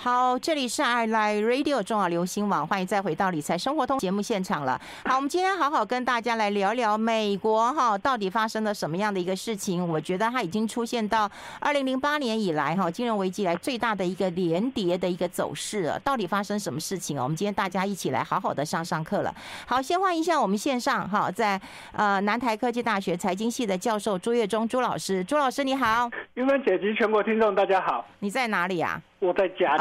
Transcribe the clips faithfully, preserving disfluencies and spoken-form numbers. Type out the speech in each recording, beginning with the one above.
好，这里是爱来 Radio 中华流行网，欢迎再回到理财生活通节目现场了。好，我们今天好好跟大家来聊聊美国哈，到底发生了什么样的一个事情？我觉得它已经出现到二零零八年以来哈，金融危机以来最大的一个连跌的一个走势了。到底发生什么事情？我们今天大家一起来好好的上上课了。好，先欢迎一下我们线上哈，在呃南台科技大学财经系的教授朱岳忠朱老师，朱老师你好。 云芬姐及全国听众大家好。 你在哪里啊？ 我在家里。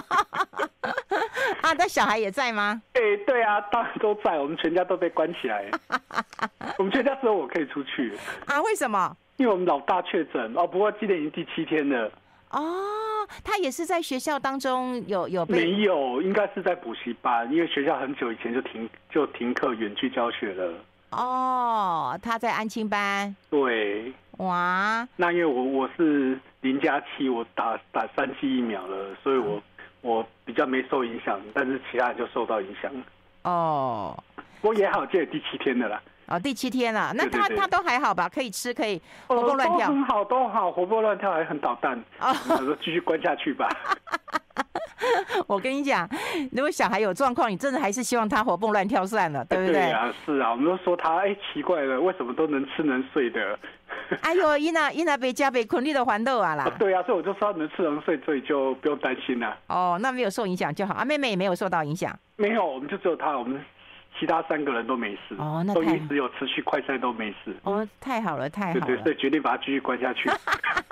啊，那小孩也在吗？ 哎、欸，对啊，当然都在，我们全家都被关起来。我们全家只有我可以出去。 啊？为什么？ 因为我们老大确诊哦，不过今天已经第七天了。 哦，他也是在学校当中有有被？ 没有，应该是在补习班，因为学校很久以前就停就停课远距教学了。 哦，他在安亲班。 对。 哇。 那因为我我是零加七，我打打三剂疫苗了，所以我、嗯、我比较没受影响，但是其他人就受到影响。 哦。 不过也好，这也第七天了啦。 哦，第七天了，那他对对对， 他都还好吧？可以吃，可以活蹦乱跳， 呃、都很好，都好，活蹦乱跳，还很捣蛋。哦，我说继续关下去吧。 我跟你讲，如果小孩有状况，你真的还是希望他活蹦乱跳算了，对不对？ 对啊，是啊，我们都说他，哎、欸，奇怪了，为什么都能吃能睡的？ 哎呦，伊那伊那被加被困力的环豆啊啦、 啊。对啊，所以我就说能吃能睡，所以就不用担心了。 哦，那没有受影响就好啊，妹妹也没有受到影响。 没有，我们就只有他，我们其他三个人都没事。 哦，那都一直有持续快筛都没事。 哦，太好了，太好了。 对对，所以决定把他继续关下去。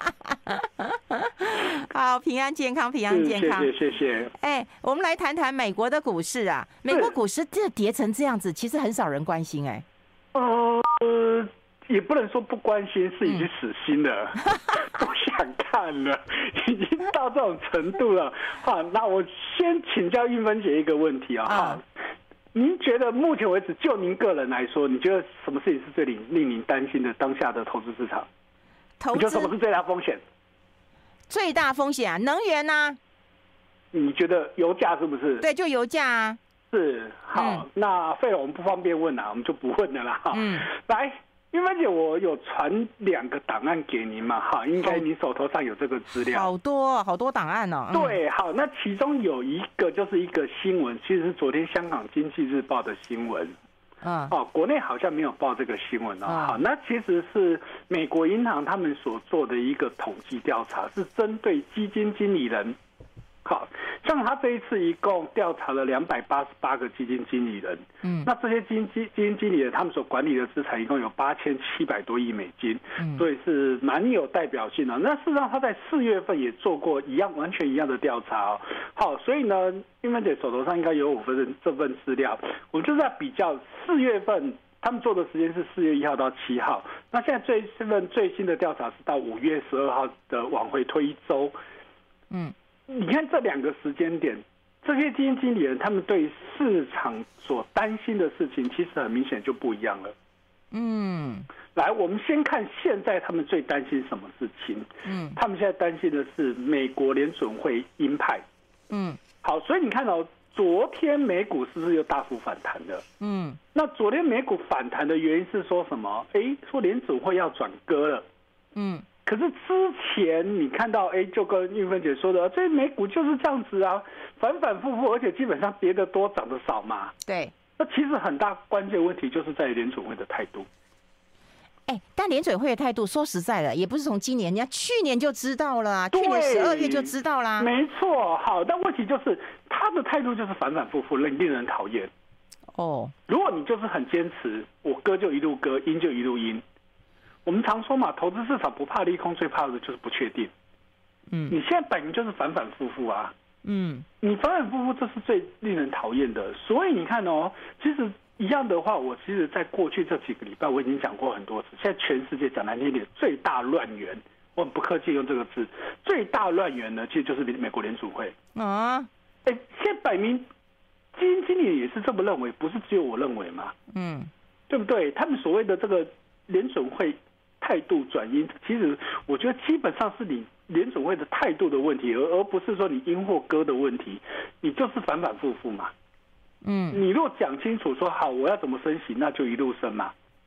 好，平安健康，平安健康， 谢谢谢谢。 哎、欸，我们来谈谈美国的股市啊。美国股市这跌成这样子，其实很少人关心哎、 欸。呃，也不能说不关心，是已经死心了，嗯、不想看了，已经到这种程度了。好，那我先请教韵芬姐一个问题啊。好，您觉得目前为止，就您个人来说，你觉得什么事情是最令令您担心的？当下的投资市场， 投资你觉得什么是最大风险？ 最大风险啊，能源啊。 你觉得油价是不是？ 对，就油价啊。 是，好，嗯、那费了我们不方便问啦，我们就不问了啦。嗯，来，韵芬姐，我有传两个档案给您嘛，哈，应该你手头上有这个资料。 好多好多档案哦。 嗯、对，好，那其中有一个就是一个新闻，其实是昨天香港经济日报的新闻。嗯，哦，国内好像没有报这个新闻哦。好，那其实是美国银行他们所做的一个统计调查，是针对基金经理人。好，像他这一次一共调查了两百八十八个基金经理人，嗯，那这些基金基金经理人他们所管理的资产一共有八千七百多亿美金，嗯，所以是蛮有代表性的。那事实上他在四月份也做过一样完全一样的调查哦。好，所以呢，韵芬姐手头上应该有五份这份资料，我们就在比较四月份他们做的时间是四月一号到七号，那现在最这份最新的调查是到五月十二号的往回推一周，嗯。你看这两个时间点，这些基金经理人他们对市场所担心的事情，其实很明显就不一样了。嗯，来，我们先看现在他们最担心什么事情？嗯，他们现在担心的是美国联准会鹰派。嗯，好，所以你看到、哦、昨天美股是不是又大幅反弹了？嗯，那昨天美股反弹的原因是说什么？哎，说联准会要转鸽了。嗯。可是之前你看到，哎，就跟韵芬姐说的，这美股就是这样子啊，反反复复，而且基本上跌得多，涨得少嘛。 对。 那其实很大关键问题就是在于联准会的态度。 哎，但联准会的态度，说实在的，也不是从今年，人家去年就知道了啊，去年十二月就知道啦。 没错，好，但问题就是他的态度就是反反复复，令令人讨厌。哦。如果你就是很坚持，我割就一路割，阴就一路阴。我们常说嘛，投资市场不怕利空，最怕的就是不确定。嗯，你现在摆明就是反反复复啊。嗯，你反反复复，这是最令人讨厌的。所以你看哦，其实一样的话，我其实在过去这几个礼拜我已经讲过很多次。现在全世界讲难听点，最大乱源，我很不客气用这个字，最大乱源呢，其实就是美国联储会啊。哎，现在摆明基金经理也是这么认为，不是只有我认为嘛？嗯，对不对？他们所谓的这个联准会态度转阴，其实我觉得基本上是你联准会的态度的问题，而而不是说你阴或鸽的问题，你就是反反复复嘛。嗯，你若讲清楚说好我要怎么升息，那就一路升嘛。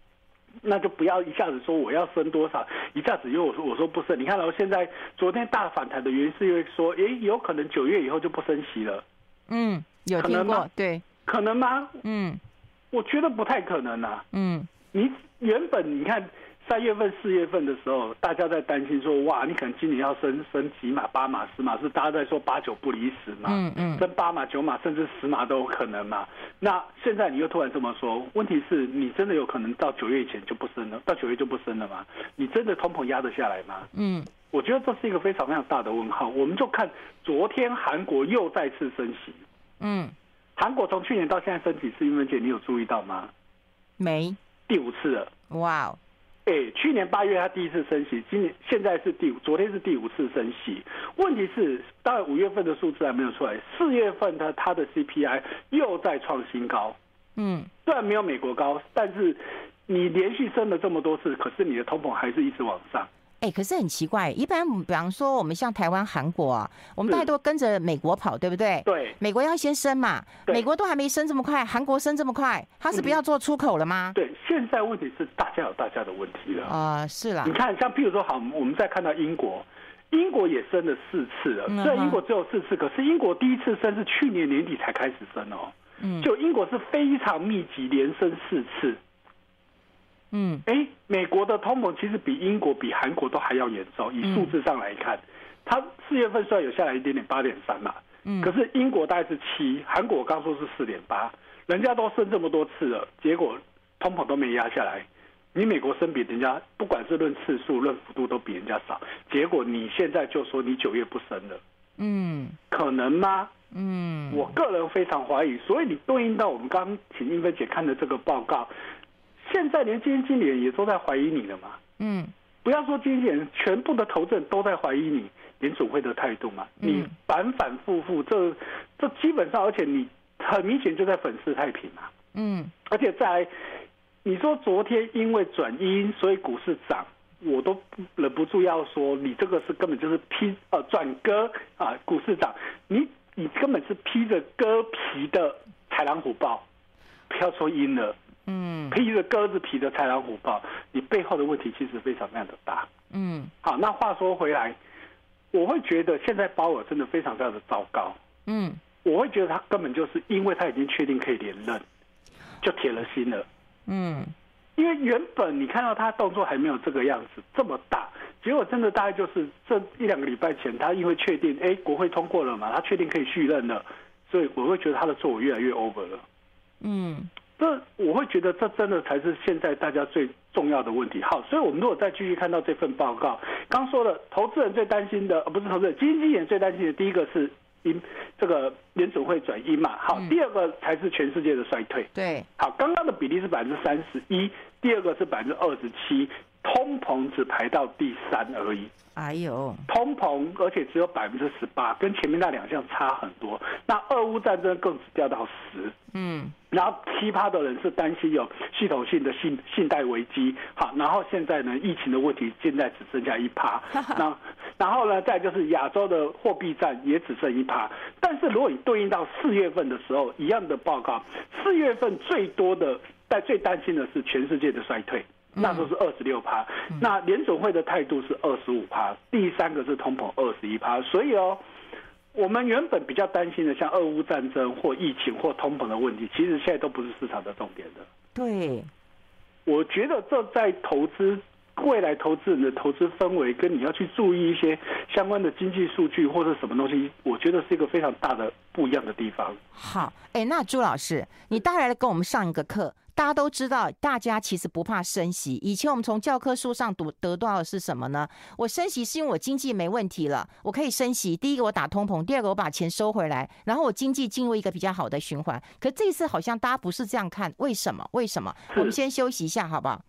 那就不要一下子说我要升多少，一下子又我说我说不升。你看到现在昨天大反弹的原因是因为说，哎，有可能九月以后就不升息了。 嗯，有听过，对， 可能吗？ 嗯， 我觉得不太可能啊。 嗯， 你原本你看三月份、四月份的时候，大家在担心说，哇，你可能今年要升升几码、八码、十码，是大家在说八九不离十嘛， 嗯嗯， 升八码、九码，甚至十码都有可能嘛。那现在你又突然这么说，问题是你真的有可能到九月以前就不升了，到九月就不升了吗？你真的通膨压得下来吗？ 嗯， 我觉得这是一个非常非常大的问号。我们就看昨天韩国又再次升息， 嗯， 韩国从去年到现在升几次？英文姐，你有注意到吗？ 没， 第五次了。 哇哦！ 哎，去年八月他第一次升息，今年现在是第五，昨天是第五次升息。问题是，当然五月份的数字还没有出来，四月份它它的 C P I 又在创新高。 嗯， 虽然没有美国高，但是你连续升了这么多次，可是你的通膨还是一直往上。 哎、欸，可是很奇怪，一般比方说我们像台湾、韩国啊，我们大家都跟着美国跑，对不对？ 对， 美国要先升嘛，美国都还没升这么快，韩国升这么快，他是不要做出口了吗？ 对，现在问题是大家有大家的问题了啊、 呃，是啦。 你看，像譬如说，好，我们再看到英国，英国也升了四次了，虽然英国只有四次，可是英国第一次升是去年年底才开始升哦，嗯，就英国是非常密集，连升四次。嗯，哎，美国的通膨其实比英国、比韩国都还要严重。以数字上来看，它四月份虽然有下来一点点，八点三嘛，嗯，可是英国大概是七，韩国我刚说是四点八，人家都升这么多次了，结果通膨都没压下来。你美国升比人家，不管是论次数、论幅度都比人家少，结果你现在就说你九月不升了，嗯，可能吗？嗯，我个人非常怀疑。所以你对应到我们刚刚请英芬姐看的这个报告。现在连基金经理人也都在怀疑你了嘛？嗯，不要说基金经理人，全部的投资人都在怀疑你联准会的态度嘛？嗯、你反反复复，这这基本上，而且你很明显就在粉饰太平嘛。嗯，而且再来，你说昨天因为转阴，所以股市涨，我都忍不住要说，你这个是根本就是披呃转割啊，股市涨，你你根本是披着割皮的豺狼虎豹，不要说阴了。嗯，披着鸽子皮的豺狼虎豹，你背后的问题其实非常非常的大。嗯，好，那话说回来，我会觉得现在鲍尔真的非常非常的糟糕。嗯，我会觉得他根本就是因为他已经确定可以连任，就铁了心了。嗯，因为原本你看到他动作还没有这个样子这么大，结果真的大概就是这一两个礼拜前，他因为确定，哎，国会通过了嘛，他确定可以续任了，所以我会觉得他的作为越来越 over 了。嗯。这我会觉得这真的才是现在大家最重要的问题。好，所以我们如果再继续看到这份报告，刚说了，投资人最担心的，呃，不是投资人，基金经理人最担心的，第一个是阴，这个联准会转阴嘛。好，第二个才是全世界的衰退。 对， 好，刚刚的比例是百分之三十一，第二个是百分之二十七，通膨只排到第三而已。 哎呦， 通膨而且只有百分之十八，跟前面那两项差很多。那俄乌战争更只掉到十。嗯。然后奇葩的人是担心有系统性的信信贷危机，好，然后现在呢，疫情的问题现在只剩下一趴，然后然后呢，再就是亚洲的货币战也只剩一趴。但是如果你对应到四月份的时候，一样的报告，四月份最多的在最担心的是全世界的衰退，那时候是二十六趴，那联准会的态度是二十五趴，第三个是通膨二十一趴，所以哦。我们原本比较担心的，像俄乌战争或疫情或通膨的问题，其实现在都不是市场的重点的。 对， 我觉得这在投资未来投资人的投资氛围，跟你要去注意一些相关的经济数据或者什么东西，我觉得是一个非常大的不一样的地方。 好，哎，那朱老师，你大概来跟我们上一个课。大家都知道，大家其实不怕升息。以前我们从教科书上读得到的是什么呢？我升息是因为我经济没问题了，我可以升息。第一个我打通膨，第二个我把钱收回来，然后我经济进入一个比较好的循环。可这次好像大家不是这样看，为什么？为什么？我们先休息一下，好不好？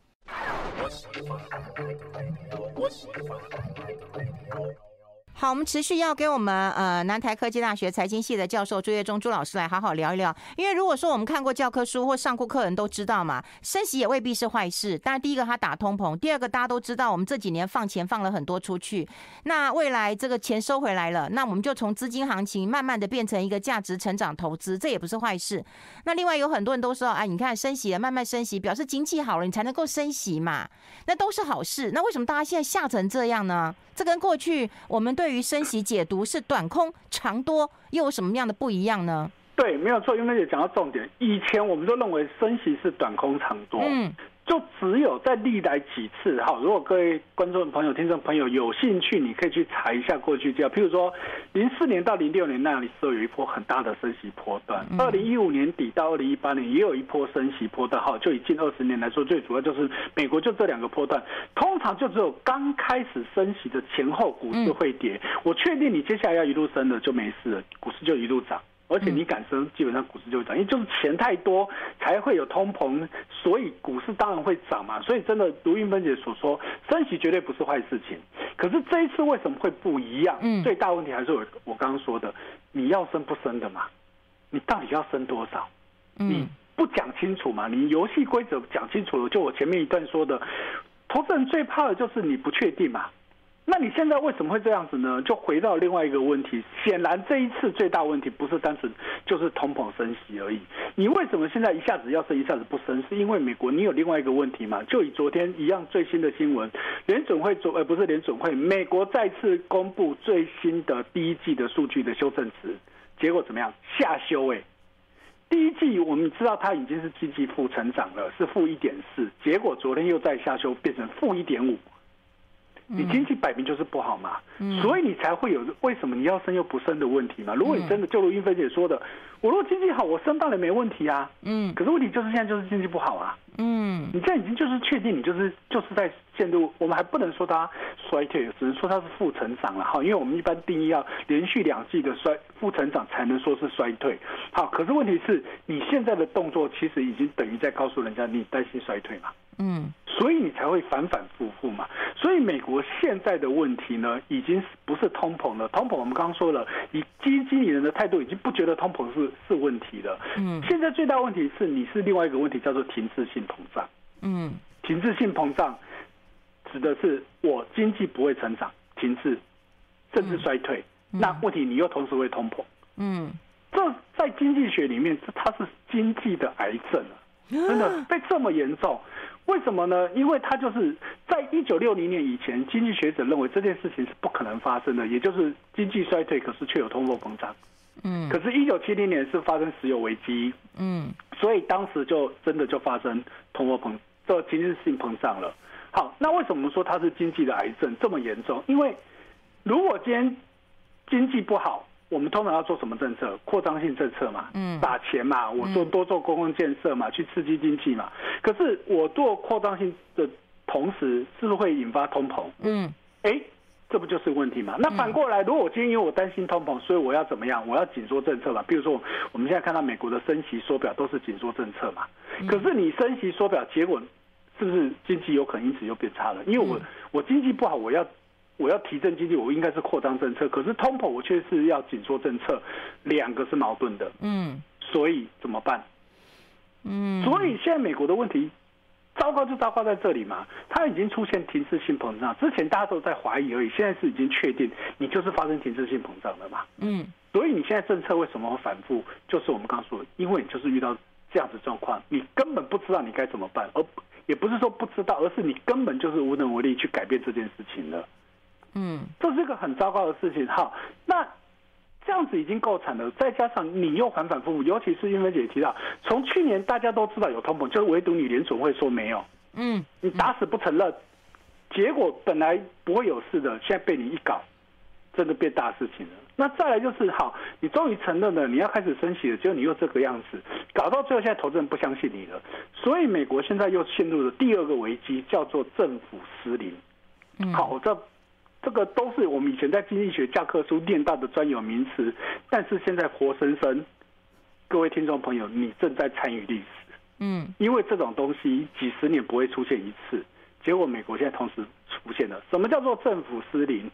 好，我们持续要跟我们呃南台科技大学财经系的教授朱岳忠朱老师来好好聊一聊。因为如果说我们看过教科书或上过课人都知道嘛，升息也未必是坏事。当然，第一个它打通膨，第二个大家都知道，我们这几年放钱放了很多出去，那未来这个钱收回来了，那我们就从资金行情慢慢的变成一个价值成长投资，这也不是坏事。那另外有很多人都说，哎，你看升息了，慢慢升息，表示经济好了，你才能够升息嘛，那都是好事。那为什么大家现在吓成这样呢？这跟过去我们对于升息解读是短空长多，又有什么样的不一样呢？ 对，没有错，因为也讲到重点。以前我们都认为升息是短空长多，嗯，就只有在历来几次哈，如果各位观众朋友、听众朋友有兴趣，你可以去查一下过去这样。譬如说，零四年到零六年那里时候有一波很大的升息波段，二零一五年底到二零一八年也有一波升息波段。哈，就以近二十年来说，最主要就是美国就这两个波段，通常就只有刚开始升息的前后，股市会跌。嗯、我确定你接下来要一路升的就没事了，股市就一路涨。而且你敢升，基本上股市就会涨，因为就是钱太多才会有通膨，所以股市当然会涨嘛。所以真的如韵芬姐所说，升息绝对不是坏事情。可是这一次为什么会不一样？嗯，最大问题还是我我刚刚说的，你要升不升的嘛？你到底要升多少？你不讲清楚嘛？你游戏规则讲清楚了，就我前面一段说的，投资人最怕的就是你不确定嘛。那你现在为什么会这样子呢？就回到另外一个问题，显然这一次最大问题不是单纯就是通膨升息而已。你为什么现在一下子要升，一下子不升？是因为美国你有另外一个问题嘛？就以昨天一样最新的新闻，联准会昨呃不是联准会，美国再次公布最新的第一季的数据的修正值，结果怎么样？下修哎、欸。第一季我们知道它已经是经济负成长了，是负一点四，结果昨天又再下修变成负一点五。你经济摆明就是不好嘛，嗯、所以你才会有为什么你要升又不升的问题嘛。如果你真的就如韵芬姐说的，我如果经济好，我升当然没问题啊。嗯，可是问题就是现在就是经济不好啊。嗯，你这已经就是确定你就是就是在陷入，我们还不能说它衰退，只能说它是负成长了哈。因为我们一般定义要连续两季的衰负成长才能说是衰退。好，可是问题是你现在的动作其实已经等于在告诉人家你担心衰退嘛。嗯，所以你才会反反复复嘛。所以美国现在的问题呢，已经不是通膨了。通膨我们刚刚说了，以基金经理人的态度，已经不觉得通膨是是问题了。嗯，现在最大问题是你是另外一个问题，叫做停滞性膨胀。嗯，停滞性膨胀指的是我经济不会成长，停滞，甚至衰退。嗯、那问题你又同时会通膨。嗯，这在经济学里面，它是经济的癌症了。真的被这么严重，为什么呢？因为它就是在一九六零年以前，经济学者认为这件事情是不可能发生的，也就是经济衰退，可是却有通货膨胀。嗯，可是，一九七零年是发生石油危机，嗯，所以当时就真的就发生通货膨，这经济性膨胀了。好，那为什么说它是经济的癌症这么严重？因为如果今天经济不好，我们通常要做什么政策？扩张性政策嘛，嗯，打钱嘛，我做多做公共建设嘛，去刺激经济嘛。可是我做扩张性的同时，是不是会引发通膨？嗯，哎，这不就是问题嘛？那反过来，如果我今天因为我担心通膨，所以我要怎么样？我要紧缩政策嘛。比如说，我们现在看到美国的升息缩表都是紧缩政策嘛。可是你升息缩表，结果是不是经济有可能因此又变差了？因为我我经济不好，我要。我要提振经济，我应该是扩张政策，可是通膨我却是要紧缩政策，两个是矛盾的。嗯，所以怎么办？嗯，所以现在美国的问题糟糕就糟糕在这里嘛，它已经出现停滞性膨胀，之前大家都在怀疑而已，现在是已经确定你就是发生停滞性膨胀了嘛。嗯，所以你现在政策为什么会反复？就是我们刚刚说的，因为你就是遇到这样子状况，你根本不知道你该怎么办，而也不是说不知道，而是你根本就是无能为力去改变这件事情了。嗯，这是一个很糟糕的事情。好，那这样子已经够惨了，再加上你又反反复复，尤其是韵芬姐提到，从去年大家都知道有通膨，就是唯独你联准会说没有。嗯，你打死不承认，结果本来不会有事的，现在被你一搞，真的变大事情了。那再来就是好，你终于承认了，你要开始升息了，结果你又这个样子，搞到最后现在投资人不相信你了，所以美国现在又陷入了第二个危机，叫做政府失灵。嗯，好，这。这个都是我们以前在经济学教科书念到的专有名词，但是现在活生生，各位听众朋友，你正在参与历史。嗯，因为这种东西几十年不会出现一次，结果美国现在同时出现了。什么叫做政府失灵？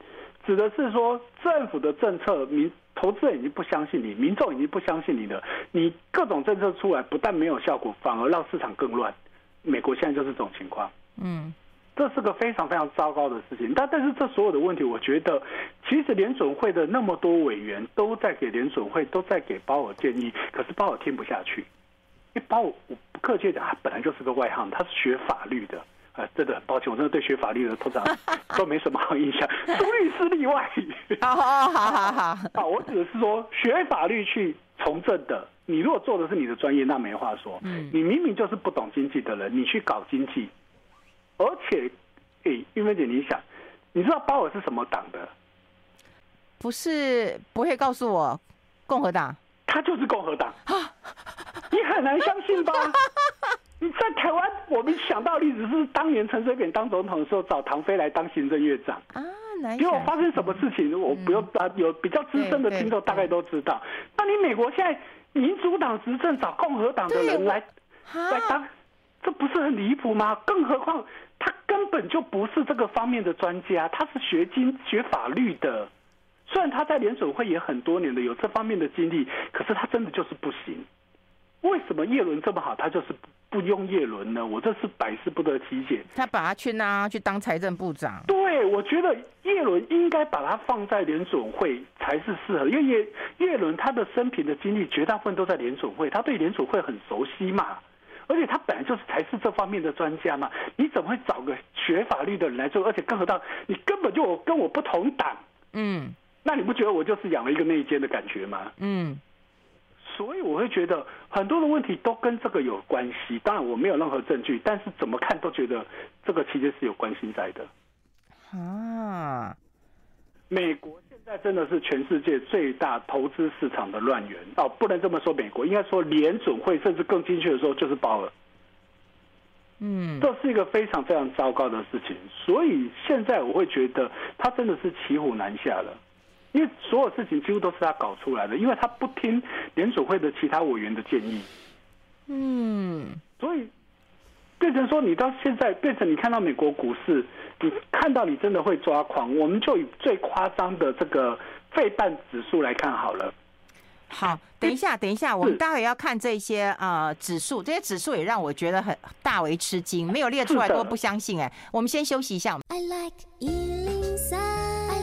指的是说政府的政策，民投资人已经不相信你，民众已经不相信你了，你各种政策出来，不但没有效果，反而让市场更乱。美国现在就是这种情况，嗯，这是个非常非常糟糕的事情。但但是这所有的问题，我觉得其实联准会的那么多委员都在给联准会，都在给鲍尔建议，可是鲍尔听不下去。因为鲍尔，我不客气讲，他本来就是个外行，他是学法律的。啊，真的很抱歉，我真的对学法律的通常都没什么好印象，苏律师例外。 好好好好好， 好，我指的是说学法律去从政的，你如果做的是你的专业，那没话说。嗯，你明明就是不懂经济的人，你去搞经济，而且，哎，玉芬姐，你想，你知道鲍尔是什么党的？ 不是，不会告诉我，共和党。 他就是共和党。你很难相信吧？你在台湾，我们想到的例子是当年陈水扁当总统的时候，找唐飞来当行政院长啊。结果发生什么事情，我不用啊，有比较资深的听众大概都知道。那你美国现在民主党执政，找共和党的人来来当，这不是很离谱吗？更何况他根本就不是这个方面的专家，他是学经学法律的。虽然他在联准会也很多年的，有这方面的经历，可是他真的就是不行。为什么叶伦这么好，他就是不用叶伦呢？我这是百思不得其解。 他把他去拿去当财政部长。 对，我觉得叶伦应该把他放在联准会才是适合，因为叶叶伦他的生平的经历绝大部分都在联准会，他对联准会很熟悉嘛，而且他本来就是才是这方面的专家嘛，你怎么会找个学法律的人来做？而且更何况你根本就跟我不同党，嗯，那你不觉得我就是养了一个内奸的感觉吗？嗯。所以我会觉得很多的问题都跟这个有关系，当然我没有任何证据，但是怎么看都觉得这个其实是有关系在的。啊，美国现在真的是全世界最大投资市场的乱源哦，不能这么说美国，应该说联准会，甚至更精确的说就是鲍尔。嗯，这是一个非常非常糟糕的事情，所以现在我会觉得他真的是骑虎难下了。因为所有事情几乎都是他搞出来的，因为他不听联准会的其他委员的建议，嗯，所以变成说你到现在变成你看到美国股市，你看到你真的会抓狂。我们就以最夸张的这个费半指数来看好了。 好，等一下，等一下，我们待会要看这些呃指数，这些指数也让我觉得很大为吃惊，没有列出来都不相信哎。我们先休息一下。I like 一零三。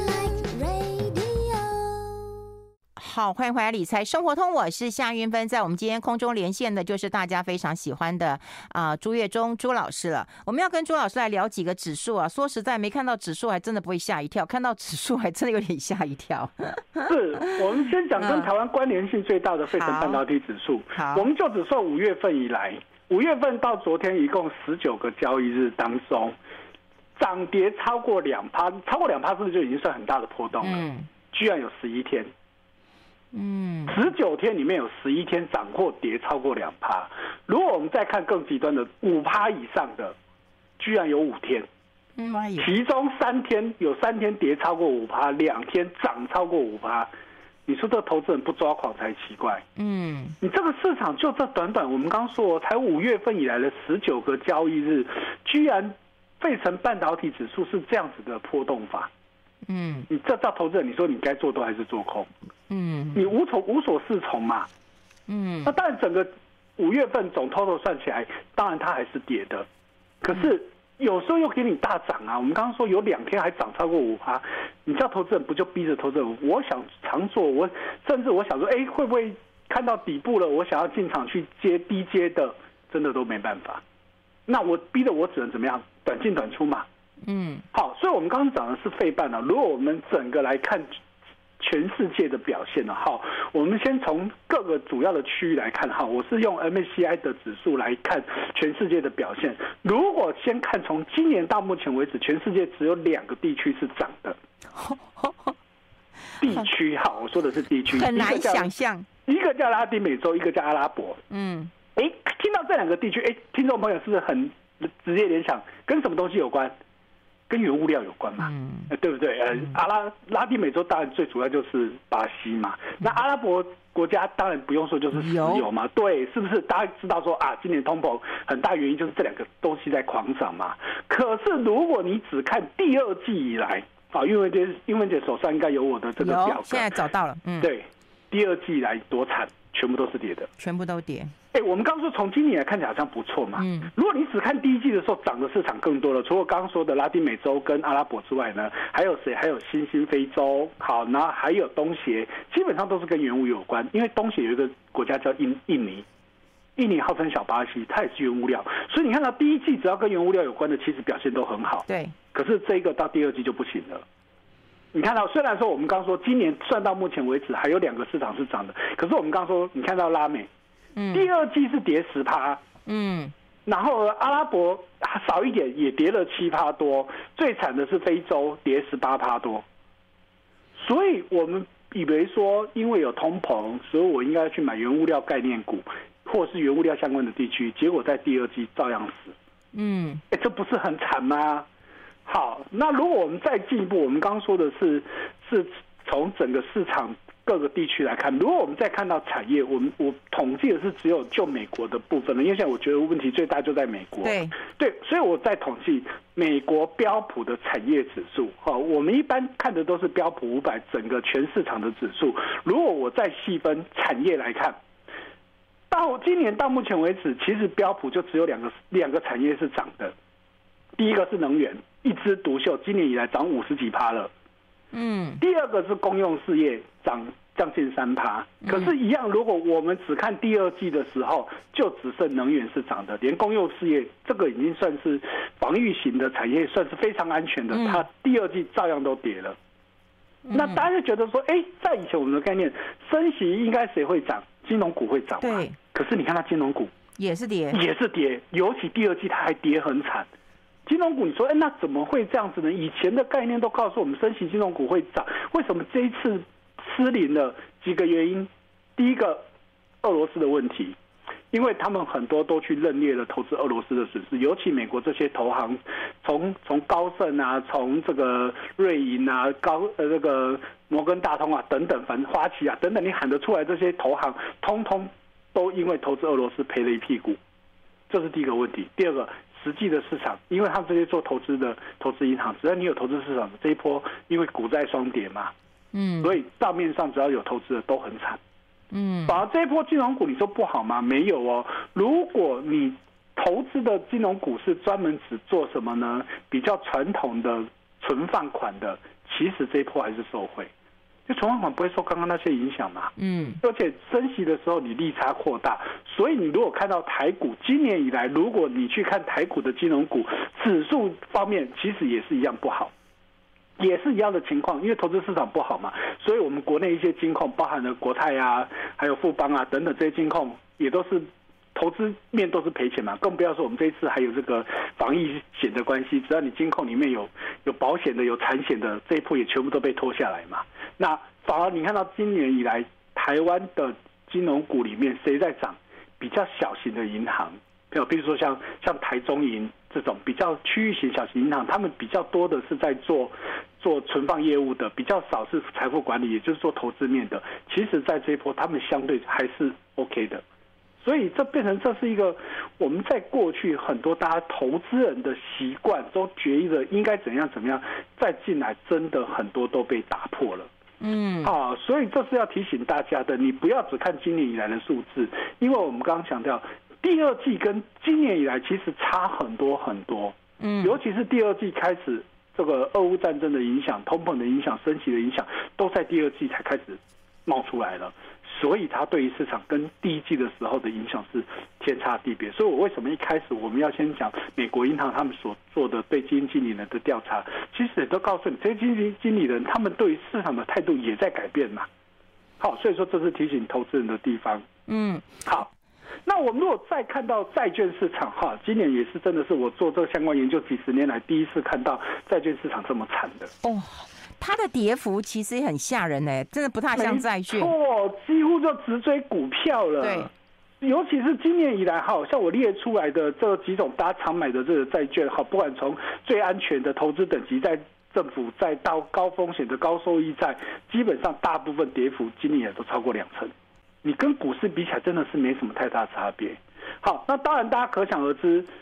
好，欢迎回来理财生活通，我是夏云芬。在我们今天空中连线的就是大家非常喜欢的啊、呃、朱月忠朱老师了。我们要跟朱老师来聊几个指数啊。说实在，没看到指数还真的不会吓一跳，看到指数还真的有点吓一跳。 是，我们先讲跟台湾关联性最大的费城半导体指数。好，我们就只算五月份以来，五月份到昨天一共十九个交易日当中，涨跌超过两趴，超过两趴是不是就已经算很大的波动了？嗯，居然有十一天。嗯，十九天里面有十一天涨或跌超过两趴。如果我们再看更极端的五趴以上的，居然有五天，嗯，其中三天有三天跌超过五趴，两天涨超过五趴。你说这投资人不抓狂才奇怪。嗯，你这个市场就这短短，我们刚说才五月份以来的十九个交易日，居然费城半导体指数是这样子的波动法。嗯，你这叫投资人，你说你该做多还是做空？嗯，你无从无所适从嘛。嗯，那当然整个五月份总 total 算起来，当然它还是跌的，可是有时候又给你大涨啊。我们刚刚说有两天还涨超过五趴，你叫投资人不就逼着投资人？我想常做，我甚至我想说，哎，会不会看到底部了？我想要进场去接低接的，真的都没办法。那我逼的我只能怎么样？短进短出嘛。嗯，好，所以我们刚刚讲的是费半啊。如果我们整个来看全世界的表现呢，好，我们先从各个主要的区域来看哈。我是用 M A C I 的指数来看全世界的表现。如果先看从今年到目前为止，全世界只有两个地区是涨的。地区哈，我说的是地区， 很难想象。 一个叫拉丁美洲，一个叫阿拉伯。嗯，哎，听到这两个地区，哎，听众朋友是不是很直接联想跟什么东西有关？跟原物料有关嘛，嗯，对不对？呃，阿拉拉丁美洲当然最主要就是巴西嘛，那阿拉伯国家当然不用说就是石油嘛，对，是不是？大家知道说啊，今年通膨很大原因就是这两个东西在狂涨嘛。可是如果你只看第二季以来， 好，英文姐，英文姐手上应该有我的这个表格， 现在找到了。嗯， 对，第二季来多惨，全部都是跌的， 全部都跌。 哎、欸，我们刚刚说从今年来看起来好像不错嘛。嗯，如果你只看第一季的时候，涨的市场更多了，除了刚刚说的拉丁美洲跟阿拉伯之外呢，还有谁？还有新兴非洲，好，然后还有东协，基本上都是跟原物有关，因为东协有一个国家叫印印尼。印尼号称小巴西，它也是原物料，所以你看到第一季只要跟原物料有关的，其实表现都很好。 对， 可是这个到第二季就不行了。你看到，虽然说我们刚刚说今年算到目前为止还有两个市场是涨的，可是我们刚刚说，你看到拉美，嗯，第二季是跌十趴，嗯，然后阿拉伯少一点也跌了七趴多，最惨的是非洲跌十八趴多，所以我们以为说因为有通膨，所以我应该去买原物料概念股。或是原物料相关的地区，结果在第二季照样死。嗯，哎、欸，这不是很惨吗？好，那如果我们再进一步，我们刚刚说的是是从整个市场各个地区来看，如果我们再看到产业，我们我统计的是只有就美国的部分了，因为现在我觉得问题最大就在美国。 对对，所以我在统计美国标普的产业指数。好，我们一般看的都是标普五百整个全市场的指数，如果我再细分产业来看。到今年到目前为止，其实标普就只有两个两个产业是涨的，第一个是能源，一枝独秀，今年以来涨五十几趴了。嗯，第二个是公用事业，涨将近三趴。可是，一样，如果我们只看第二季的时候，就只剩能源是涨的，连公用事业这个已经算是防御型的产业，算是非常安全的，它第二季照样都跌了。那大家就觉得说，哎、欸，在以前我们的概念，升息应该谁会涨？金融股会涨嘛？ 对。 可是你看它金融股也是跌， 也是跌，尤其第二季它还跌很惨。金融股，你说，哎、欸，那怎么会这样子呢？以前的概念都告诉我们，升息金融股会涨，为什么这一次失灵了？几个原因，第一个，俄罗斯的问题。因为他们很多都去认列了投资俄罗斯的损失，尤其美国这些投行，从从高盛啊，从这个瑞银啊，高呃这个摩根大通啊等等，反正花旗啊等等，你喊得出来这些投行，通通都因为投资俄罗斯赔了一屁股，这是第一个问题。第二个，实际的市场，因为他们这些做投资的投资银行，只要你有投资市场，这一波因为股债双跌嘛，嗯，所以账面上只要有投资的都很惨。嗯，反而这一波金融股你说不好吗？没有哦。如果你投资的金融股是专门只做什么呢？比较传统的存放款的，其实这一波还是受惠，就存放款不会受刚刚那些影响嘛。嗯，而且升息的时候你利差扩大，所以你如果看到台股今年以来，如果你去看台股的金融股指数方面，其实也是一样不好。也是一样的情况，因为投资市场不好嘛，所以我们国内一些金控，包含了国泰啊，还有富邦啊等等这些金控，也都是投资面都是赔钱嘛，更不要说我们这一次还有这个防疫险的关系，只要你金控里面有有保险的、有产险的，这一波也全部都被拖下来嘛。那反而你看到今年以来，台湾的金融股里面谁在涨？比较小型的银行。比如说像像台中银这种比较区域型小型银行，他们比较多的是在做做存放业务的，比较少是财富管理，也就是做投资面的。其实，在这一波，他们相对还是 OK 的。所以这变成这是一个我们在过去很多大家投资人的习惯都觉得应该怎样怎么样，再进来真的很多都被打破了。嗯，啊，所以这是要提醒大家的，你不要只看今年以来的数字，因为我们刚刚强调。第二季跟今年以来其实差很多很多，嗯，尤其是第二季开始，这个俄乌战争的影响、通膨的影响、升息的影响，都在第二季才开始冒出来了，所以它对于市场跟第一季的时候的影响是天差地别。所以我为什么一开始我们要先讲美国银行他们所做的对基金经理人的调查，其实也都告诉你，这些基金经理人他们对于市场的态度也在改变嘛。好，所以说这是提醒投资人的地方。嗯，好。那我们如果再看到债券市场哈，今年也是真的是我做这个相关研究几十年来第一次看到债券市场这么惨的哦。它的跌幅其实也很吓人哎，真的不太像债券， 错，几乎就直追股票了。 对， 尤其是今年以来哈，像我列出来的这几种大家常买的这个债券哈，不管从最安全的投资等级债、政府债到高风险的高收益债，基本上大部分跌幅今年也都超过两成。你跟股市比起来，真的是没什么太大差别。好，那当然大家可想而知，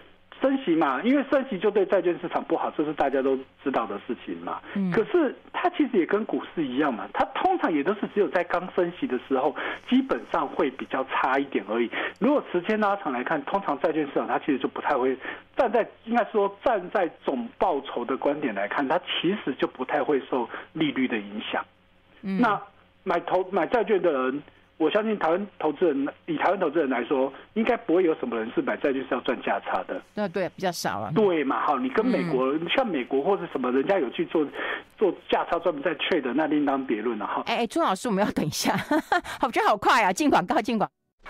升息嘛，因为升息就对债券市场不好，这是大家都知道的事情嘛。嗯、可是它其实也跟股市一样嘛，它通常也都是只有在刚升息的时候，基本上会比较差一点而已。如果时间拉长来看，通常债券市场它其实就不太会站在，应该说站在总报酬的观点来看，它其实就不太会受利率的影响。嗯、那买投买债券的人。我相信台湾投资人，以台湾投资人来说，应该不会有什么人是买债券是要赚价差的。 对对，比较少啊。 对嘛，好，你跟美国、嗯、像美国或者什么，人家有去做做价差专门在 trade 的，那另当别论了哈。 哎哎，朱老师，我们要等一下，我觉得好快啊！进广告，进广。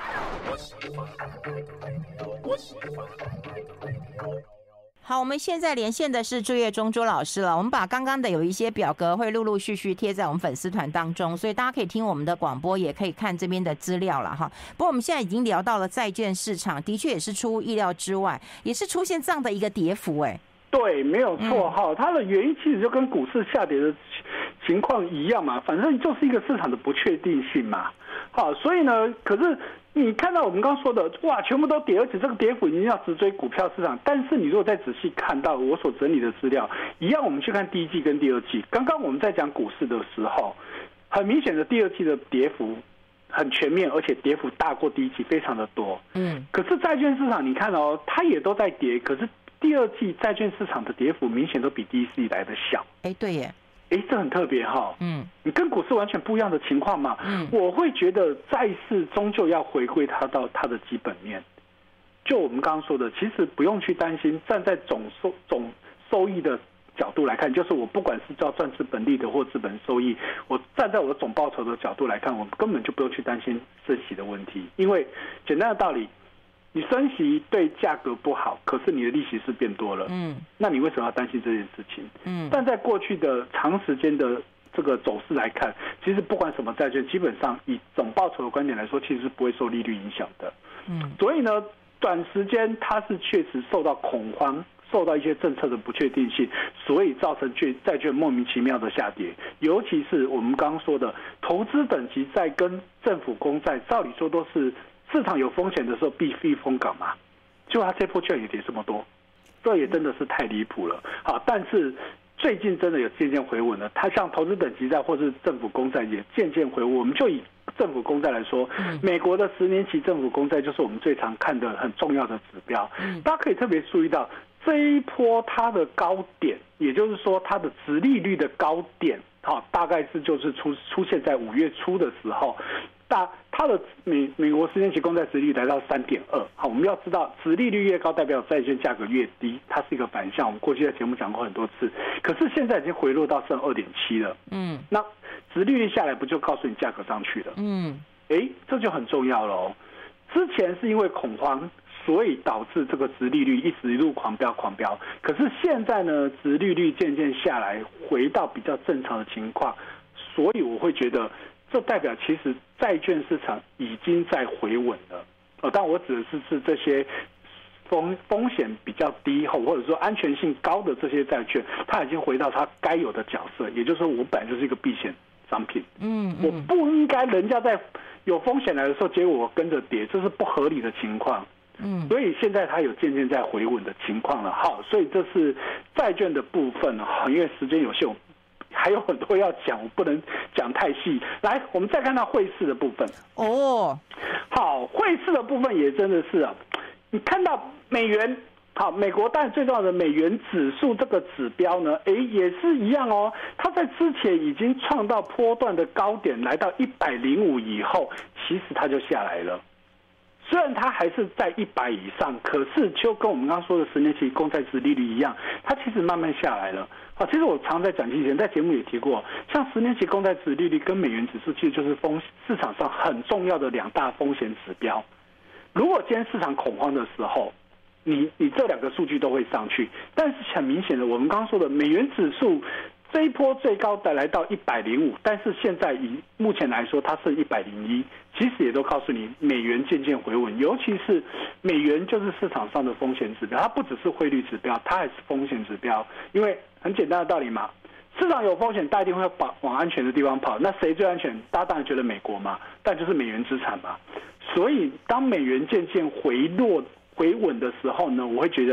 好，我们现在连线的是朱岳忠朱老师了。我们把刚刚的有一些表格会陆陆续续贴在我们粉丝团当中，所以大家可以听我们的广播，也可以看这边的资料了哈。不过我们现在已经聊到了债券市场，的确也是出乎意料之外，也是出现这样的一个跌幅哎。 对，没有错哈、嗯，它的原因其实就跟股市下跌的情况一样嘛，反正就是一个市场的不确定性嘛。好，所以呢，可是你看到我们刚刚说的，哇，全部都跌，而且这个跌幅已经要直追股票市场。但是你如果再仔细看到我所整理的资料，一样我们去看第一季跟第二季。刚刚我们在讲股市的时候，很明显的第二季的跌幅很全面，而且跌幅大过第一季非常的多。嗯，可是债券市场你看哦，它也都在跌，可是第二季债券市场的跌幅明显都比第一季来的小。 哎，对耶。 哎，这很特别哈，嗯，你跟股市完全不一样的情况嘛，嗯，我会觉得债市终究要回归它到它的基本面。就我们刚刚说的，其实不用去担心，站在总收总收益的角度来看，就是我不管是叫赚资本利得或资本收益，我站在我的总报酬的角度来看，我根本就不用去担心升息的问题，因为简单的道理。你升息对价格不好，可是你的利息是变多了，嗯，那你为什么要担心这件事情？嗯，但在过去的长时间的这个走势来看，其实不管什么债券，基本上以总报酬的观点来说，其实是不会受利率影响的，嗯，所以呢，短时间它是确实受到恐慌，受到一些政策的不确定性，所以造成债券莫名其妙的下跌，尤其是我们刚刚说的投资等级债跟政府公债，照理说都是。市场有风险的时候避避风港嘛，就它这波居然也跌这么多，这也真的是太离谱了。好，但是最近真的有渐渐回稳了，它像投资等级债或是政府公债也渐渐回稳。我们就以政府公债来说，美国的十年期政府公债就是我们最常看的很重要的指标。大家可以特别注意到这一波它的高点，也就是说它的殖利率的高点，好，大概是就是出出现在五月初的时候。大它的美美国十年期公债殖利率来到 三点二， 好，我们要知道殖利率越高代表债券价格越低，它是一个反向，我们过去在节目讲过很多次，可是现在已经回落到剩 二点七 了，嗯，那殖利率下来不就告诉你价格上去了，嗯，哎，这就很重要了哦。之前是因为恐慌，所以导致这个殖利率一直一路狂飙狂飙，可是现在呢，殖利率渐渐下来，回到比较正常的情况，所以我会觉得这代表其实债券市场已经在回稳了。呃，但我指的是是这些风风险比较低或者说安全性高的这些债券，它已经回到它该有的角色，也就是说，我本来就是一个避险商品，嗯，我不应该人家在有风险来的时候，结果我跟着跌，这是不合理的情况。嗯，所以现在它有渐渐在回稳的情况了。好，所以这是债券的部分哈，因为时间有限，我还有很多要讲，我不能讲太细。来，我们再看到汇市的部分。哦，好，汇市的部分也真的是啊，你看到美元，好，美国当然最重要的美元指数这个指标呢，哎，也是一样哦。它在之前已经创到波段的高点，来到一百零五以后，其实它就下来了。虽然它还是在一百以上，可是就跟我们刚刚说的十年期公债殖利率一样，它其实慢慢下来了。好，其实我常在讲之前在节目也提过，像十年期公债殖利率跟美元指数，其实就是风市场上很重要的两大风险指标。如果今天市场恐慌的时候，你你这两个数据都会上去，但是很明显的，我们刚刚说的美元指数这一波最高的来到一百零五，但是现在以目前来说，它是一百零一，其实也都告诉你美元渐渐回稳，尤其是美元就是市场上的风险指标，它不只是汇率指标，它还是风险指标。因为很简单的道理嘛，市场有风险，大家一定会往往安全的地方跑。那谁最安全？大家当然觉得美国嘛，但就是美元资产嘛。所以当美元渐渐回落回稳的时候呢，我会觉得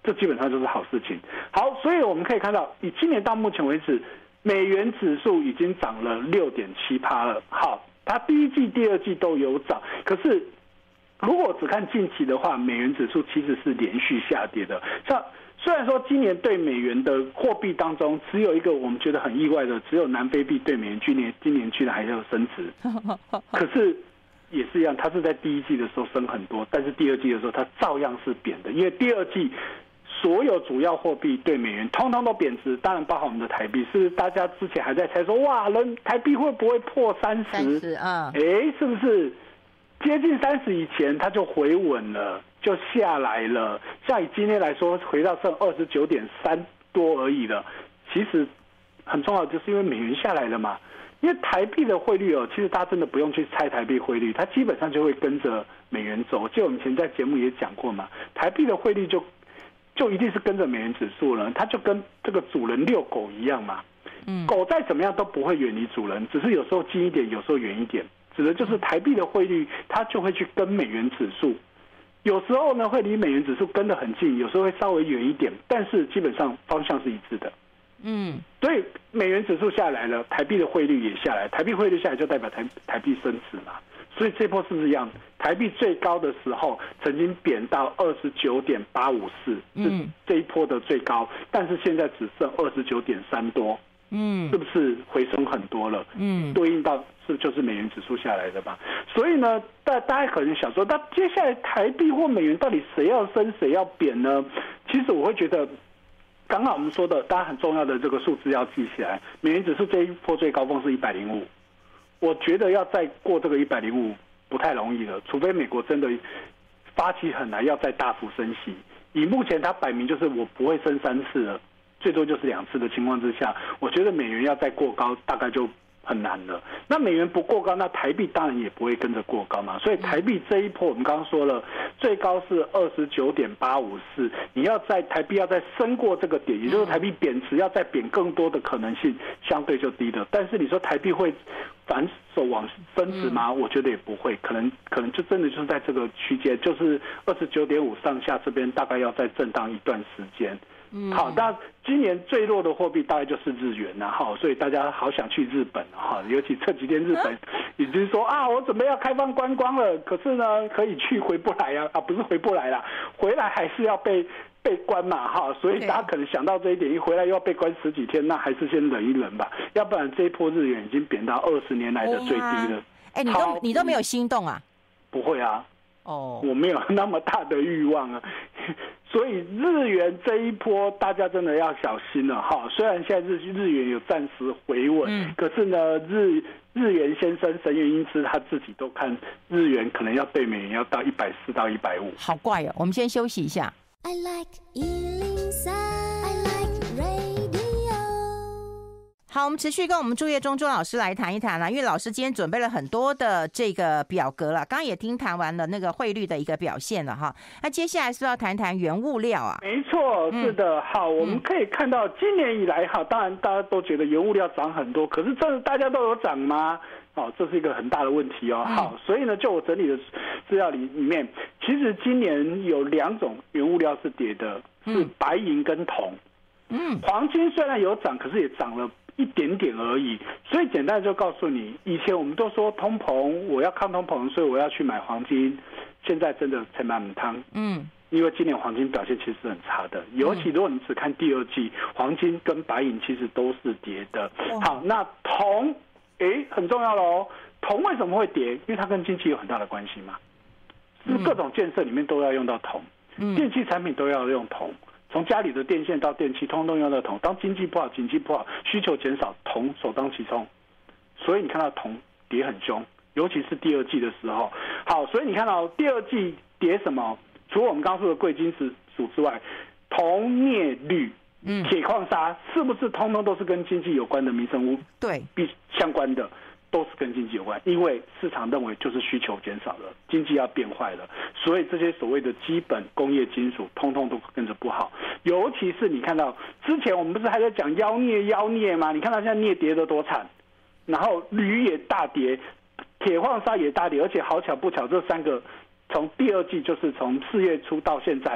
这基本上就是好事情。好，所以我们可以看到，以今年到目前为止，美元指数已经涨了 六点七趴 了。好，它第一季、第二季都有涨，可是如果只看近期的话，美元指数其实是连续下跌的。像虽然说今年对美元的货币当中，只有一个我们觉得很意外的，只有南非币对美元今年今年居然还要升值，可是也是一样，它是在第一季的时候升很多，但是第二季的时候它照样是贬的，因为第二季所有主要货币对美元通通都贬值，当然包含我们的台币。是不是大家之前还在猜说，哇，人台币会不会破三十？ 三十啊， 哎，是不是接近三十以前它就回稳了，就下来了？像以今天来说，回到剩二十九点三多而已了。其实很重要，就是因为美元下来了嘛。因为台币的汇率哦，其实大家真的不用去猜台币汇率，它基本上就会跟着美元走。就我们以前在节目也讲过嘛，台币的汇率就就一定是跟着美元指数了，它就跟这个主人遛狗一样嘛。嗯，狗再怎么样都不会远离主人，只是有时候近一点，有时候远一点。指的就是台币的汇率，它就会去跟美元指数。有时候呢会离美元指数跟得很近，有时候会稍微远一点，但是基本上方向是一致的。嗯，所以美元指数下来了，台币的汇率也下来，台币汇率下来就代表台台币升值嘛。所以这波是不是一样？台币最高的时候曾经贬到二十九点八五四，是这一波的最高，但是现在只剩二十九点三多，嗯，是不是回升很多了？嗯，对应到是就是美元指数下来的吧？所以呢，大大家可能想说，那接下来台币或美元到底谁要升谁要贬呢？其实我会觉得，刚刚我们说的，大家很重要的这个数字要记起来，美元指数这一波最高峰是一百零五。我觉得要再过这个一百零五不太容易了，除非美国真的发起很难要再大幅升息。以目前它摆明就是我不会升三次了，最多就是两次的情况之下，我觉得美元要再过高大概就很难了。那美元不过高，那台币当然也不会跟着过高嘛。所以台币这一波我们刚刚说了，最高是二十九点八五四，你要在台币要再升过这个点，也就是台币贬值要再贬更多的可能性相对就低了。但是你说台币会反手往升值吗？我觉得也不会，可能可能就真的就是在这个区间，就是二十九点五上下这边大概要再震荡一段时间。好，那今年最弱的货币大概就是日元呐，哈，所以大家好想去日本哈，尤其这几天日本已经说啊，我准备要开放观光了，可是呢，可以去回不来啊，啊，不是回不来啦，回来还是要被被关嘛，哈，所以大家可能想到这一点，一回来又要被关十几天，那还是先忍一忍吧，要不然这一波日元已经贬到二十年来的最低了。 哎、欸，你都你都没有心动啊？ 不会啊，哦，我没有那么大的欲望啊。所以日元这一波大家真的要小心了哈。虽然现在日日元有暂时回稳，嗯、可是呢，日日元先生神原英之他自己都看日元可能要对美元要到一百四到一百五。 好怪哦，我们先休息一下。I like 一零三 I like radio。好，我们持续跟我们朱业忠朱老师来谈一谈啦，因为老师今天准备了很多的这个表格了，刚刚也听谈完了那个汇率的一个表现了哈。那接下来是不是要谈谈原物料啊？ 没错，是的。嗯、好，我们可以看到今年以来哈，当然大家都觉得原物料涨很多，可是真的大家都有涨吗？哦，这是一个很大的问题哦。好，所以呢，就我整理的资料里里面，其实今年有两种原物料是跌的，是白银跟铜。嗯，黄金虽然有涨，可是也涨了一点点而已。所以简单的就告诉你，以前我们都说通膨，我要抗通膨，所以我要去买黄金。现在真的才买母汤。嗯。因为今年黄金表现其实是很差的，尤其如果你只看第二季，黄金跟白银其实都是跌的。好，那铜。哎，很重要喽！铜为什么会跌？因为它跟经济有很大的关系嘛。是各种建设里面都要用到铜，嗯、电器产品都要用铜，从家里的电线到电器，通通用到铜。当经济不好、经济不好、需求减少，铜首当其冲。所以你看到铜跌很凶，尤其是第二季的时候。好，所以你看到第二季跌什么？除了我们刚刚说的贵金属之外，铜、镍、铝。嗯，铁矿砂是不是通通都是跟经济有关的民生物？ 对， 必相关的都是跟经济有关，因为市场认为就是需求减少了，经济要变坏了，所以这些所谓的基本工业金属通通都跟着不好。尤其是你看到之前我们不是还在讲妖镍妖镍吗？你看到现在镍跌得多惨，然后铝也大跌，铁矿砂也大跌，而且好巧不巧，这三个从第二季就是从四月初到现在，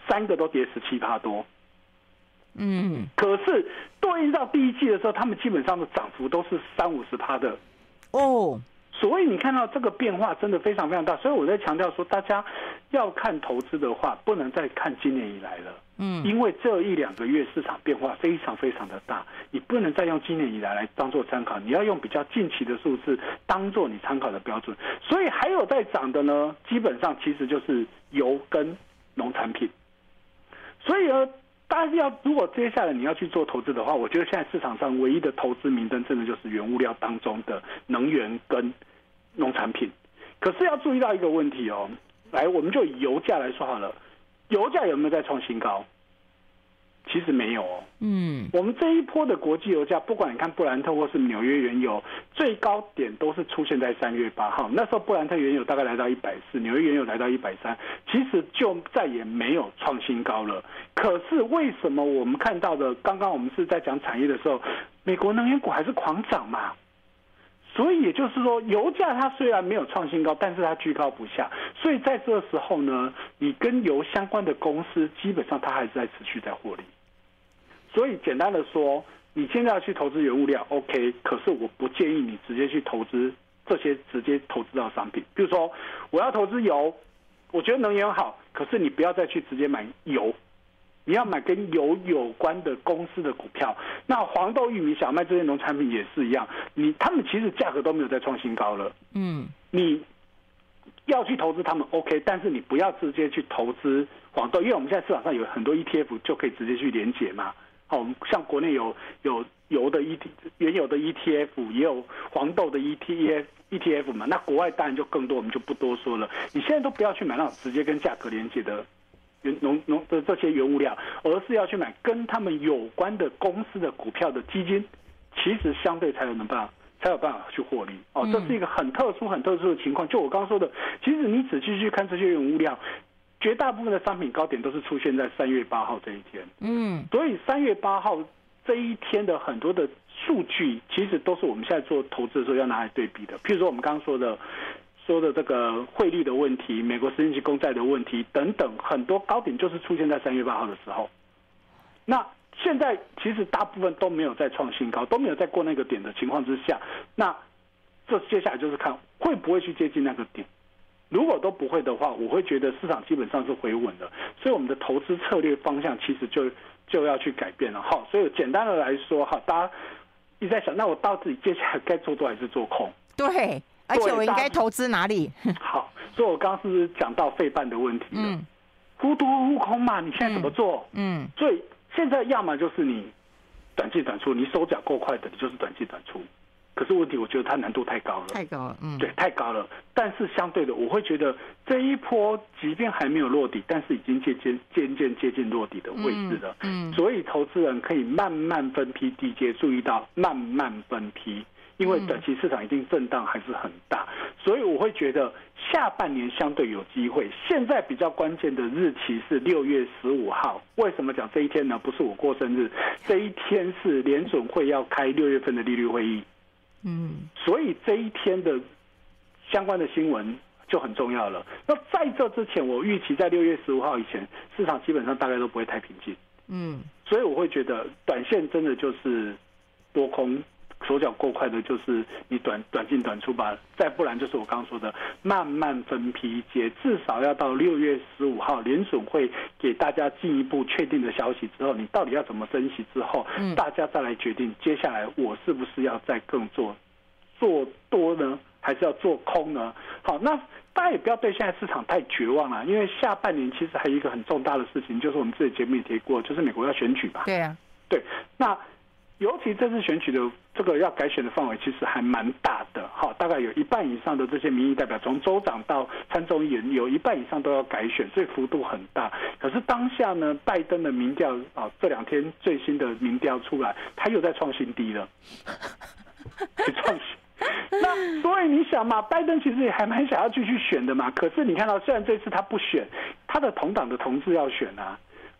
三个都跌十七趴多。 嗯， 可是对应到第一季的时候，他们基本上的涨幅都是三五十趴的哦。 所以你看到这个变化真的非常非常大，所以我在强调说，大家要看投资的话，不能再看今年以来了，嗯，因为这一两个月市场变化非常非常的大，你不能再用今年以来来当做参考，你要用比较近期的数字当做你参考的标准。所以还有在涨的呢，基本上其实就是油跟农产品。所以呢，大家要如果接下来你要去做投资的话，我觉得现在市场上唯一的投资明灯，真的就是原物料当中的能源跟农产品。可是要注意到一个问题哦，来，我们就以油价来说好了，油价有没有在创新高？其实没有哦。嗯，我们这一波的国际油价，不管你看布兰特或是纽约原油，最高点都是出现在三月八号，那时候布兰特原油大概来到一百四，纽约原油来到一百三，其实就再也没有创新高了。可是为什么我们看到的，刚刚我们是在讲产业的时候，美国能源股还是狂涨嘛？所以也就是说，油价它虽然没有创新高，但是它居高不下。所以在这时候呢，你跟油相关的公司，基本上它还是在持续在获利。所以简单的说，你现在要去投资原物料 ，OK， 可是我不建议你直接去投资这些直接投资到商品。比如说，我要投资油，我觉得能源好，可是你不要再去直接买油。你要买跟油有关的公司的股票，那黄豆、玉米、小麦这些农产品也是一样，你他们其实价格都没有再创新高了。嗯，你要去投资他们 OK， 但是你不要直接去投资黄豆，因为我们现在市场上有很多 E T F 就可以直接去连结嘛。好，像国内有有油的 E T 原油的 E T F， 也有黄豆的 E T F E T F 嘛。那国外当然就更多，我们就不多说了。你现在都不要去买那种直接跟价格连结的。农农的这些原物料，而是要去买跟他们有关的公司的股票的基金，其实相对才有能办法才有办法去获利哦。这是一个很特殊、很特殊的情况。就我刚刚说的，其实你仔细去看这些原物料，绝大部分的商品高点都是出现在三月八号这一天。嗯，所以三月八号这一天的很多的数据，其实都是我们现在做投资的时候要拿来对比的。譬如说我们刚刚说的。说的这个汇率的问题，美国十年期公债的问题等等，很多高点就是出现在三月八号的时候。那现在其实大部分都没有再创新高，都没有再过那个点的情况之下，那这接下来就是看会不会去接近那个点。如果都不会的话，我会觉得市场基本上是回稳的，所以我们的投资策略方向其实就就要去改变了。好，所以简单的来说，哈，大家一直在想，那我到底接下来该做多还是做空？ 对。而且我应该投资哪里？ 好，所以我刚刚是不是讲到费半的问题了？嗯，忽多忽空嘛，你现在怎么做？嗯，所以现在要么就是你短进短出，你手脚够快的，你就是短进短出。可是问题，我觉得它难度太高了， 太高了，嗯， 对，太高了。但是相对的，我会觉得这一波即便还没有落底，但是已经渐渐渐渐接近落底的位置了。嗯，所以投资人可以慢慢分批低接，注意到慢慢分批。因为短期市场一定震荡还是很大，所以我会觉得下半年相对有机会。现在比较关键的日期是六月十五号。为什么讲这一天呢？不是我过生日，这一天是联准会要开六月份的利率会议。嗯，所以这一天的相关的新闻就很重要了。那在这之前，我预期在六月十五号以前，市场基本上大概都不会太平静。嗯，所以我会觉得短线真的就是多空。手脚够快的，就是你短短进短出吧，再不然就是我刚刚说的慢慢分批接，至少要到六月十五号联准会给大家进一步确定的消息之后，你到底要怎么分析之后，嗯、大家再来决定接下来我是不是要再更做做多呢，还是要做空呢？好，那大家也不要对现在市场太绝望了，因为下半年其实还有一个很重大的事情，就是我们自己节目也提过，就是美国要选举吧？ 对啊， 对，那。尤其这次选举的这个要改选的范围其实还蛮大的，好，大概有一半以上的这些民意代表，从州长到参众议员，有一半以上都要改选，所以幅度很大。可是当下呢，拜登的民调啊，这两天最新的民调出来，他又在创新低了，创新。那所以你想嘛，拜登其实也还蛮想要继续选的嘛。可是你看到，虽然这次他不选，他的同党的同志要选啊。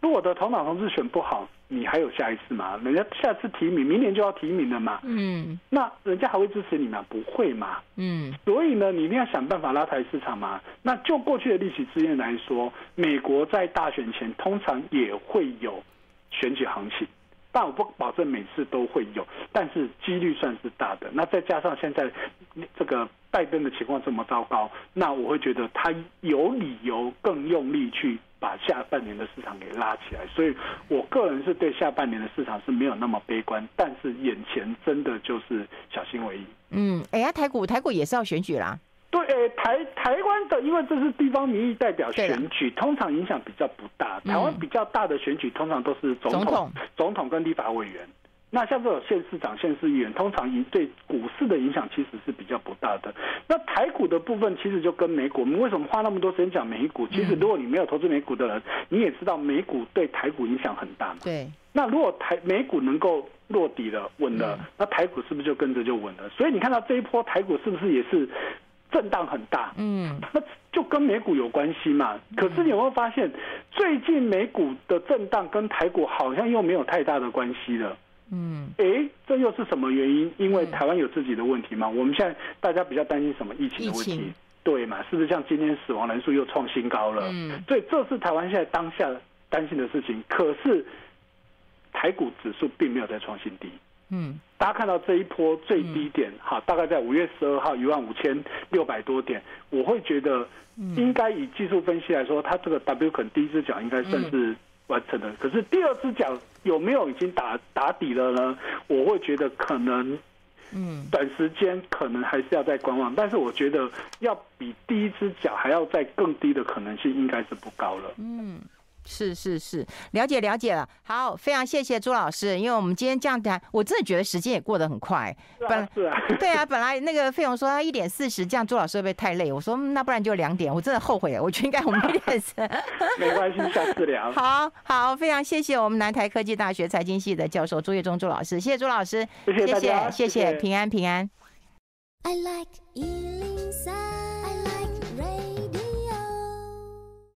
如果我的头脑同志选不好，你还有下一次吗？人家下次提名，明年就要提名了嘛。嗯，那人家还会支持你吗？不会嘛。嗯，所以呢，你一定要想办法拉抬市场嘛。那就过去的历史经验来说，美国在大选前通常也会有选举行情，但我不保证每次都会有，但是几率算是大的。那再加上现在这个拜登的情况这么糟糕，那我会觉得他有理由更用力去把下半年的市场给拉起来，所以我个人是对下半年的市场是没有那么悲观，但是眼前真的就是小心为宜。 嗯，哎呀，台股台股也是要选举啦。 对，诶，台台湾的，因为这是地方民意代表选举，通常影响比较不大。台湾比较大的选举通常都是总统、总统、总统跟立法委员。那像这种县市长、县市议员，通常对股市的影响其实是比较不大的。那台股的部分其实就跟美股，我们为什么花那么多时间讲美股？其实如果你没有投资美股的人，你也知道美股对台股影响很大嘛。 对。那如果台美股能够落底了、稳了，那台股是不是就跟着就稳了？所以你看到这一波台股是不是也是震荡很大？嗯，那就跟美股有关系嘛。可是你有没有发现，最近美股的震荡跟台股好像又没有太大的关系了？嗯，哎，这又是什么原因？因为台湾有自己的问题嘛。我们现在大家比较担心什么疫情的问题，对嘛？是不是像今天死亡人数又创新高了？嗯，所以这是台湾现在当下担心的事情。可是台股指数并没有再创新低。嗯，大家看到这一波最低点，好，大概在五月十二号一万五千六百多点，我会觉得应该以技术分析来说，它这个 W 可能第一只脚应该算是完成的。可是第二只脚有没有已经打打底了呢？我会觉得可能，嗯，短时间可能还是要再观望。但是我觉得要比第一只脚还要再更低的可能性应该是不高了。 嗯。是是是，了解了解了。好，非常谢谢朱老师，因为我们今天这样谈，我真的觉得时间也过得很快。 是啊，是啊， 对啊，本来那个费勇说他一点四十，这样朱老师会不会太累？我说、嗯、那不然就两点，我真的后悔了。我觉得应该我们一点三。 没关系，下次聊。 好好，非常谢谢我们南台科技大学财经系的教授朱岳忠朱老师，谢谢朱老师， 谢谢大家， 谢谢，谢谢，平安平安。 I like one oh three